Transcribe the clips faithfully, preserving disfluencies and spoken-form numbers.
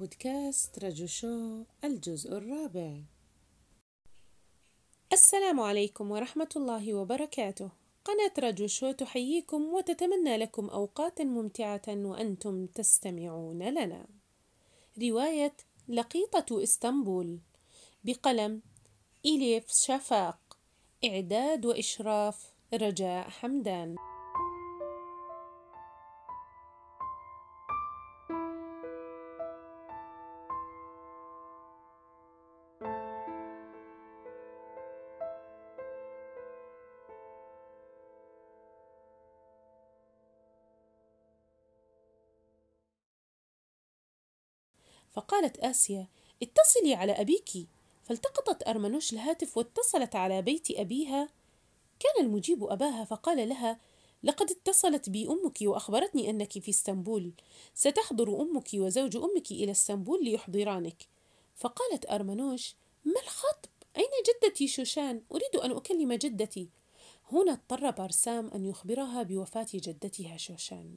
بودكاست رجو شو الجزء الرابع. السلام عليكم ورحمة الله وبركاته. قناة رجو شو تحييكم وتتمنى لكم أوقاتا ممتعة وأنتم تستمعون لنا. رواية لقيطة إسطنبول بقلم إليف شفاق، إعداد وإشراف رجاء حمدان. فقالت آسيا: اتصلي على أبيك. فالتقطت أرمنوش الهاتف واتصلت على بيت أبيها. كان المجيب أباها، فقال لها: لقد اتصلت بي أمك وأخبرتني أنك في اسطنبول، ستحضر أمك وزوج أمك إلى اسطنبول ليحضرانك. فقالت أرمنوش: ما الخطب؟ أين جدتي شوشان؟ أريد أن أكلم جدتي. هنا اضطر بارسام أن يخبرها بوفاة جدتها شوشان.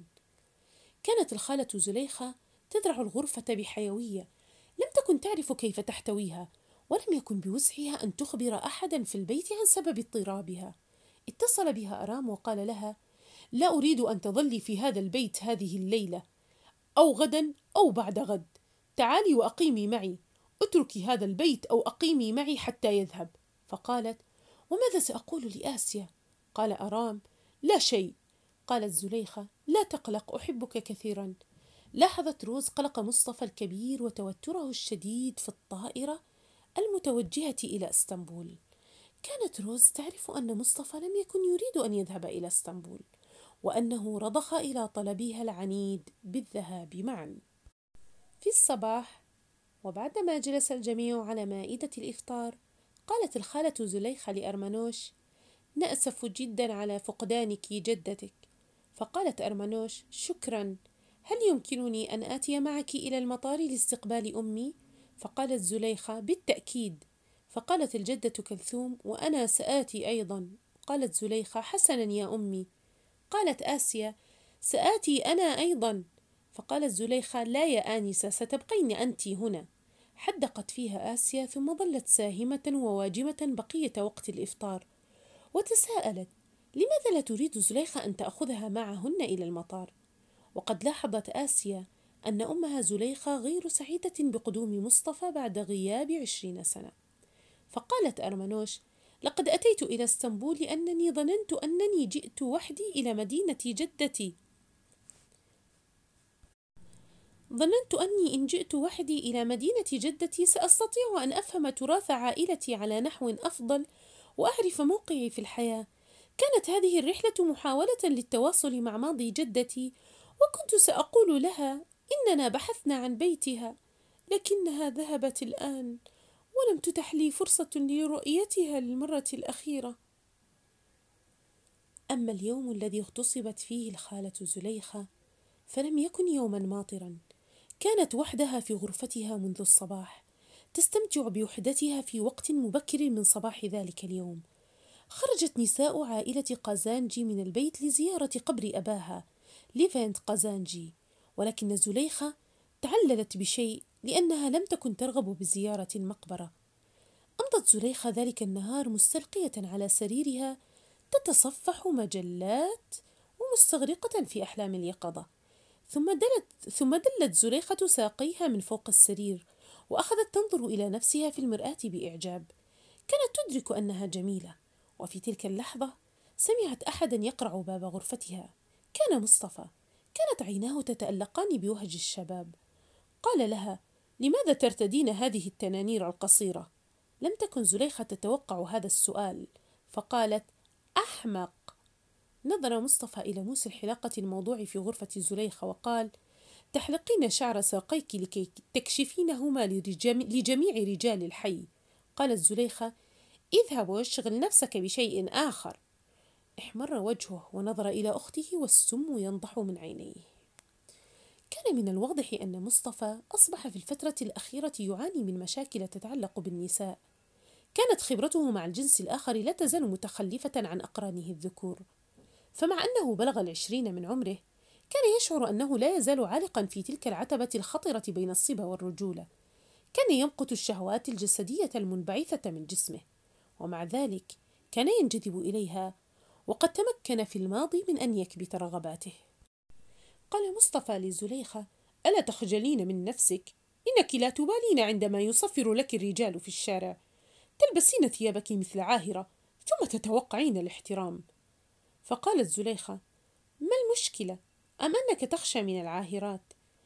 كانت الخالة زليخة تذرع الغرفة بحيوية، لم تكن تعرف كيف تحتويها، ولم يكن بوسعها أن تخبر أحدا في البيت عن سبب اضطرابها. اتصل بها أرام وقال لها: لا أريد أن تظلي في هذا البيت هذه الليلة، أو غدا أو بعد غد. تعالي وأقيمي معي، اتركي هذا البيت أو أقيمي معي حتى يذهب. فقالت: وماذا سأقول لآسيا؟ قال أرام: لا شيء. قالت زليخة: لا تقلق، أحبك كثيرا. لاحظت روز قلق مصطفى الكبير وتوتره الشديد في الطائرة المتوجهة إلى اسطنبول. كانت روز تعرف أن مصطفى لم يكن يريد أن يذهب إلى اسطنبول، وأنه رضخ إلى طلبها العنيد بالذهاب معا. في الصباح، وبعدما جلس الجميع على مائدة الإفطار، قالت الخالة زليخة لأرمنوش: نأسف جدا على فقدانك جدتك. فقالت أرمنوش: شكرا، هل يمكنني أن آتي معك إلى المطار لاستقبال أمي؟ فقالت زليخة: بالتأكيد. فقالت الجدة كلثوم: وأنا سآتي أيضا. قالت زليخة: حسنا يا أمي. قالت آسيا: سآتي أنا أيضا. فقالت زليخة: لا يا آنسة، ستبقين أنت هنا. حدقت فيها آسيا، ثم ظلت ساهمة وواجمة بقية وقت الإفطار، وتساءلت: لماذا لا تريد زليخة أن تأخذها معهن إلى المطار؟ وقد لاحظت آسيا أن أمها زليخة غير سعيدة بقدوم مصطفى بعد غياب عشرين سنة. فقالت أرمنوش: لقد أتيت إلى اسطنبول لأنني ظننت أنني جئت وحدي إلى مدينة جدتي. ظننت أني إن جئت وحدي إلى مدينة جدتي سأستطيع أن أفهم تراث عائلتي على نحو أفضل، وأعرف موقعي في الحياة. كانت هذه الرحلة محاولة للتواصل مع ماضي جدتي، وكنت سأقول لها إننا بحثنا عن بيتها، لكنها ذهبت الآن، ولم تتح لي فرصة لرؤيتها للمرة الأخيرة. أما اليوم الذي اغتصبت فيه الخالة زليخة فلم يكن يوما ماطرا. كانت وحدها في غرفتها منذ الصباح، تستمتع بوحدتها في وقت مبكر من صباح ذلك اليوم. خرجت نساء عائلة قازانجي من البيت لزيارة قبر أباها ليفنت قازانجي، ولكن زليخة تعللت بشيء لأنها لم تكن ترغب بزيارة المقبرة. أمضت زليخة ذلك النهار مستلقية على سريرها تتصفح مجلات ومستغرقة في أحلام اليقظة. ثم دلت ثم دلت زليخة ساقيها من فوق السرير، وأخذت تنظر إلى نفسها في المرآة بإعجاب. كانت تدرك أنها جميلة، وفي تلك اللحظة سمعت أحدا يقرع باب غرفتها. كان مصطفى. كانت عيناه تتألقان بوهج الشباب. قال لها: لماذا ترتدين هذه التنانير القصيرة؟ لم تكن زليخة تتوقع هذا السؤال، فقالت: أحمق. نظر مصطفى إلى موس الحلاقة الموضوع في غرفة زليخة وقال: تحلقين شعر ساقيك لكي تكشفينهما لجميع رجال الحي. قالت زليخة: اذهب واشغل نفسك بشيء آخر. احمر وجهه ونظر إلى أخته والسم ينضح من عينيه. كان من الواضح أن مصطفى أصبح في الفترة الأخيرة يعاني من مشاكل تتعلق بالنساء. كانت خبرته مع الجنس الآخر لا تزال متخلفة عن أقرانه الذكور، فمع أنه بلغ العشرين من عمره كان يشعر أنه لا يزال عالقا في تلك العتبة الخطرة بين الصبا والرجولة. كان يمقت الشهوات الجسدية المنبعثة من جسمه، ومع ذلك كان ينجذب إليها، وقد تمكن في الماضي من أن يكبت رغباته. قال مصطفى لزليخة: ألا تخجلين من نفسك؟ إنك لا تبالين عندما يصفر لك الرجال في الشارع، تلبسين ثيابك مثل عاهرة ثم تتوقعين الاحترام. فقالت زليخة: ما المشكلة؟ أم أنك تخشى من العاهرات؟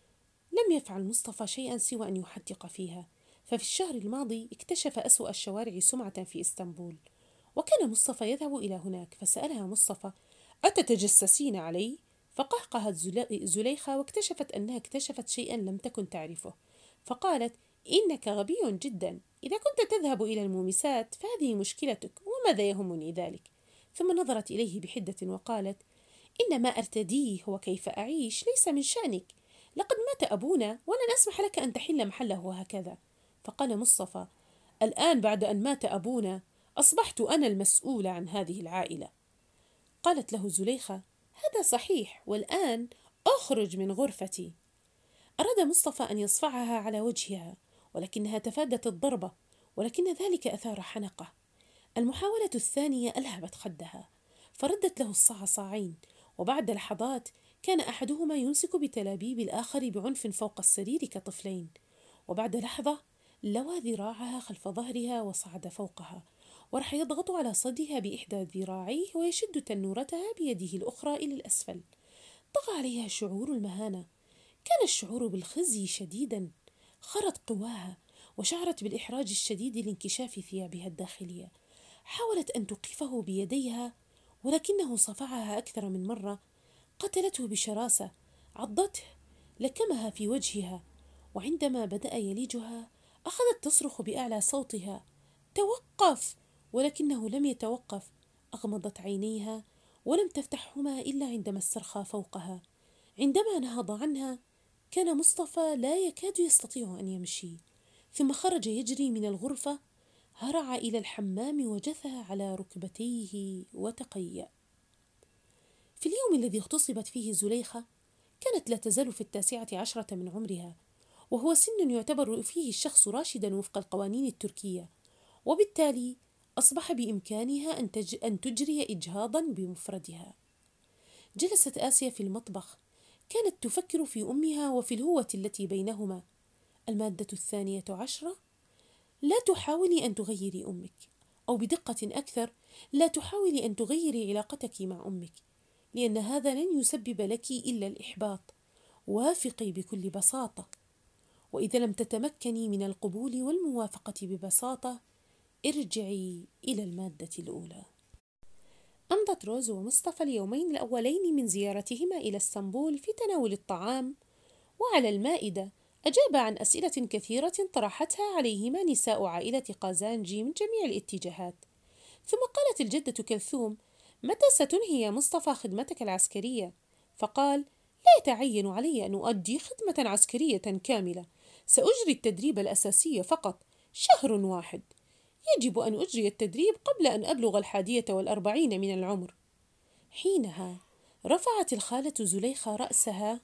لم يفعل مصطفى شيئا سوى أن يحدق فيها. ففي الشهر الماضي اكتشف أسوأ الشوارع سمعة في إسطنبول، وكان مصطفى يذهب إلى هناك، فسألها مصطفى: أتتجسسين علي؟ فقهقهت زليخة واكتشفت أنها اكتشفت شيئا لم تكن تعرفه، فقالت: إنك غبي جدا، إذا كنت تذهب إلى المومسات فهذه مشكلتك، وماذا يهمني ذلك؟ ثم نظرت إليه بحدة وقالت: إن ما أرتديه هو كيف أعيش، ليس من شأنك، لقد مات أبونا ولن أسمح لك أن تحل محله هكذا. فقال مصطفى: الآن بعد أن مات أبونا أصبحت أنا المسؤول عن هذه العائلة. قالت له زليخة: هذا صحيح، والآن أخرج من غرفتي. أراد مصطفى أن يصفعها على وجهها، ولكنها تفادت الضربة، ولكن ذلك أثار حنقه. المحاولة الثانية ألهبت خدها، فردت له الصعصاعين، وبعد لحظات كان أحدهما يمسك بتلابيب الآخر بعنف فوق السرير كطفلين، وبعد لحظة لوى ذراعها خلف ظهرها وصعد فوقها، وراح يضغط على صدرها بإحدى ذراعيه ويشد تنورتها بيده الأخرى إلى الأسفل. طغى عليها شعور المهانة، كان الشعور بالخزي شديدا، خرت قواها وشعرت بالإحراج الشديد لانكشاف ثيابها الداخلية. حاولت أن توقفه بيديها، ولكنه صفعها أكثر من مرة، قتلته بشراسة، عضته، لكمها في وجهها، وعندما بدأ يليجها أخذت تصرخ بأعلى صوتها: توقف! ولكنه لم يتوقف. أغمضت عينيها ولم تفتحهما إلا عندما استرخى فوقها. عندما نهض عنها كان مصطفى لا يكاد يستطيع أن يمشي، ثم خرج يجري من الغرفة، هرع إلى الحمام وجثى على ركبتيه وتقيأ. في اليوم الذي اغتصبت فيه زليخة كانت لا تزال في التاسعة عشرة من عمرها، وهو سن يعتبر فيه الشخص راشدا وفق القوانين التركية، وبالتالي أصبح بإمكانها أن, تج... أن تجري إجهاضا بمفردها. جلست آسيا في المطبخ، كانت تفكر في أمها وفي الهوة التي بينهما. المادة الثانية عشرة: لا تحاولي أن تغيري أمك، أو بدقة أكثر، لا تحاولي أن تغيري علاقتك مع أمك، لأن هذا لن يسبب لك إلا الإحباط. وافقي بكل بساطة، وإذا لم تتمكني من القبول والموافقة ببساطة ارجعي إلى المادة الأولى. أمضت روز ومصطفى اليومين الأولين من زيارتهما إلى اسطنبول في تناول الطعام، وعلى المائدة أجاب عن أسئلة كثيرة طرحتها عليهما نساء عائلة قازانجي من جميع الاتجاهات. ثم قالت الجدة كلثوم: متى ستنهي يا مصطفى خدمتك العسكرية؟ فقال: لا يتعين علي أن أؤدي خدمة عسكرية كاملة، سأجري التدريب الأساسي فقط، شهر واحد. يجب أن أجري التدريب قبل أن أبلغ الحادية والأربعين من العمر. حينها رفعت الخالة زليخة رأسها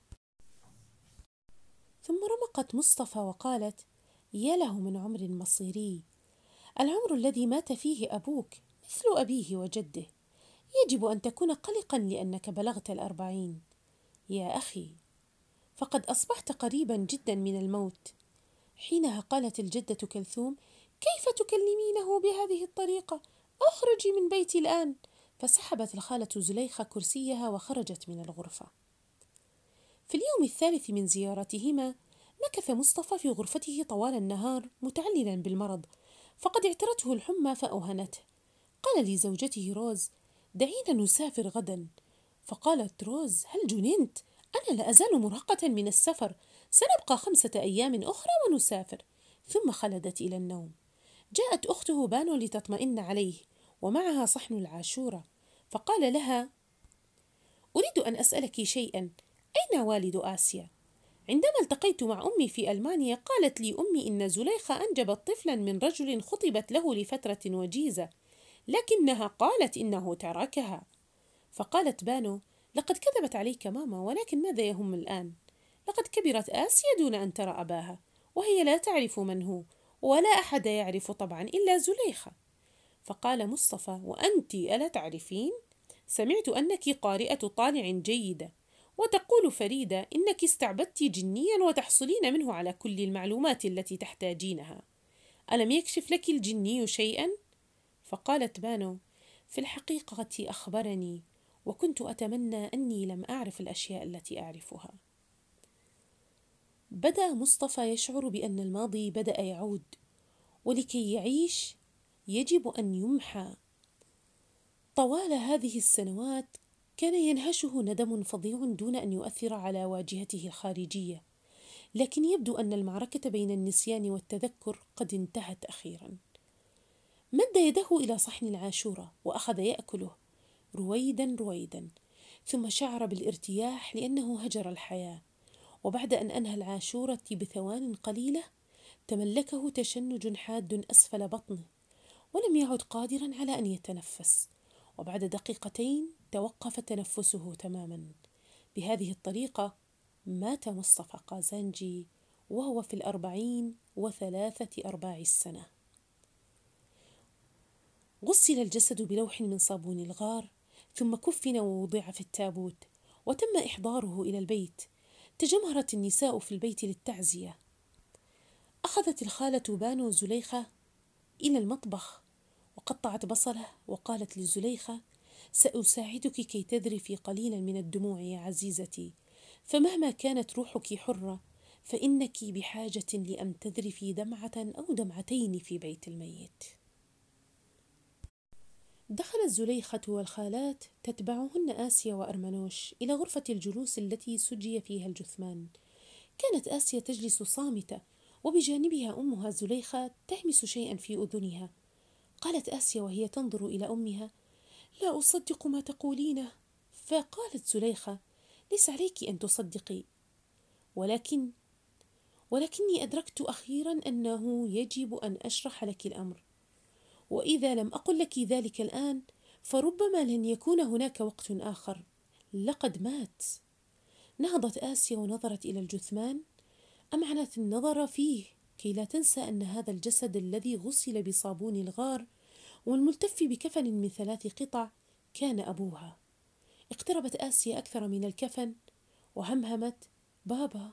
ثم رمقت مصطفى وقالت: يا له من عمر مصيري، العمر الذي مات فيه أبوك مثل أبيه وجده، يجب أن تكون قلقا لأنك بلغت الأربعين. يا أخي، فقد أصبحت قريبا جدا من الموت. حينها قالت الجدة كلثوم: كيف تكلمينه بهذه الطريقة؟ أخرجي من بيتي الآن. فسحبت الخالة زليخة كرسيها وخرجت من الغرفة. في اليوم الثالث من زيارتهما مكث مصطفى في غرفته طوال النهار متعللا بالمرض، فقد اعترته الحمى فأوهنته. قال لزوجته روز: دعينا نسافر غدا. فقالت روز: هل جننت؟ أنا لا أزال مرهقة من السفر، سنبقى خمسة أيام أخرى ونسافر. ثم خلدت إلى النوم. جاءت أخته بانو لتطمئن عليه، ومعها صحن العاشورة، فقال لها: أريد أن أسألك شيئا، أين والد آسيا؟ عندما التقيت مع أمي في ألمانيا قالت لي أمي إن زليخة أنجبت طفلا من رجل خطبت له لفترة وجيزة، لكنها قالت إنه تركها. فقالت بانو: لقد كذبت عليك ماما، ولكن ماذا يهم الآن؟ لقد كبرت آسيا دون أن ترى أباها، وهي لا تعرف من هو، ولا أحد يعرف طبعا إلا زليخة. فقال مصطفى: وأنت ألا تعرفين؟ سمعت أنك قارئة طالع جيدة، وتقول فريدة إنك استعبدت جنيا وتحصلين منه على كل المعلومات التي تحتاجينها. ألم يكشف لك الجني شيئا؟ فقالت بانو: في الحقيقة أخبرني، وكنت أتمنى أني لم أعرف الأشياء التي أعرفها. بدأ مصطفى يشعر بأن الماضي بدأ يعود، ولكي يعيش يجب أن يمحى. طوال هذه السنوات كان ينهشه ندم فظيع دون أن يؤثر على واجهته الخارجية، لكن يبدو أن المعركة بين النسيان والتذكر قد انتهت أخيرا. مد يده إلى صحن العاشورة وأخذ يأكله رويدا رويدا، ثم شعر بالارتياح لأنه هجر الحياة. وبعد أن أنهى العاشورة بثوان قليلة تملكه تشنج حاد أسفل بطنه، ولم يعد قادرا على أن يتنفس. وبعد دقيقتين توقف تنفسه تماما. بهذه الطريقة مات مصطفى قازانجي وهو في الأربعين وثلاثة أرباع السنة. غسل الجسد بلوح من صابون الغار، ثم كفن ووضع في التابوت، وتم إحضاره إلى البيت. تجمهرت النساء في البيت للتعزية. أخذت الخالة بانو زليخة إلى المطبخ وقطعت بصله، وقالت لزليخة: سأساعدك كي تذرفي قليلا من الدموع يا عزيزتي، فمهما كانت روحك حرة فإنك بحاجة لأن تذرفي دمعة أو دمعتين في بيت الميت. دخلت زليخة والخالات تتبعهن آسيا وأرمنوش إلى غرفة الجلوس التي سجي فيها الجثمان. كانت آسيا تجلس صامتة، وبجانبها أمها زليخة تهمس شيئا في أذنها. قالت آسيا وهي تنظر إلى أمها: لا أصدق ما تقولينه. فقالت زليخة: ليس عليك أن تصدقي، ولكن ولكني أدركت أخيرا أنه يجب أن أشرح لك الأمر، وإذا لم أقل لك ذلك الآن فربما لن يكون هناك وقت آخر. لقد مات. نهضت آسيا ونظرت إلى الجثمان، أمعنت النظر فيه كي لا تنسى أن هذا الجسد الذي غسل بصابون الغار والملتف بكفن من ثلاث قطع كان أبوها. اقتربت آسيا أكثر من الكفن وهمهمت: بابا،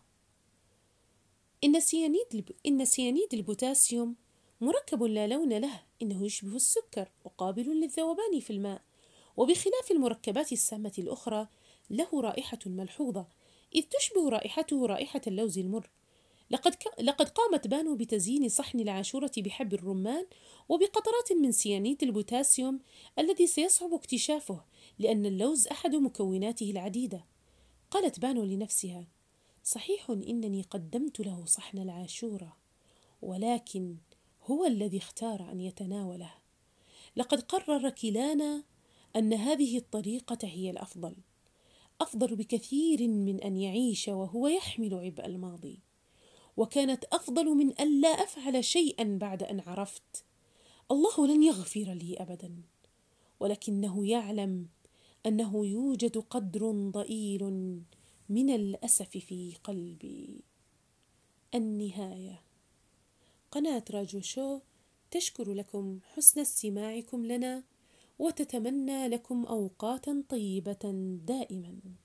إن سيانيد, إن سيانيد البوتاسيوم مركب لا لون له، إنه يشبه السكر وقابل للذوبان في الماء، وبخلاف المركبات السامة الأخرى له رائحة ملحوظة، إذ تشبه رائحته رائحة اللوز المر. لقد, ك... لقد قامت بانو بتزيين صحن العاشورة بحب الرمان وبقطرات من سيانيد البوتاسيوم الذي سيصعب اكتشافه، لأن اللوز أحد مكوناته العديدة. قالت بانو لنفسها: صحيح إنني قدمت له صحن العاشورة، ولكن هو الذي اختار أن يتناوله. لقد قرر كلانا أن هذه الطريقة هي الأفضل، أفضل بكثير من أن يعيش وهو يحمل عبء الماضي، وكانت أفضل من أن لا أفعل شيئا بعد أن عرفت. الله لن يغفر لي أبدا، ولكنه يعلم أنه يوجد قدر ضئيل من الأسف في قلبي. النهاية. قناة راجو شو تشكر لكم حسن استماعكم لنا، وتتمنى لكم أوقاتا طيبة دائما.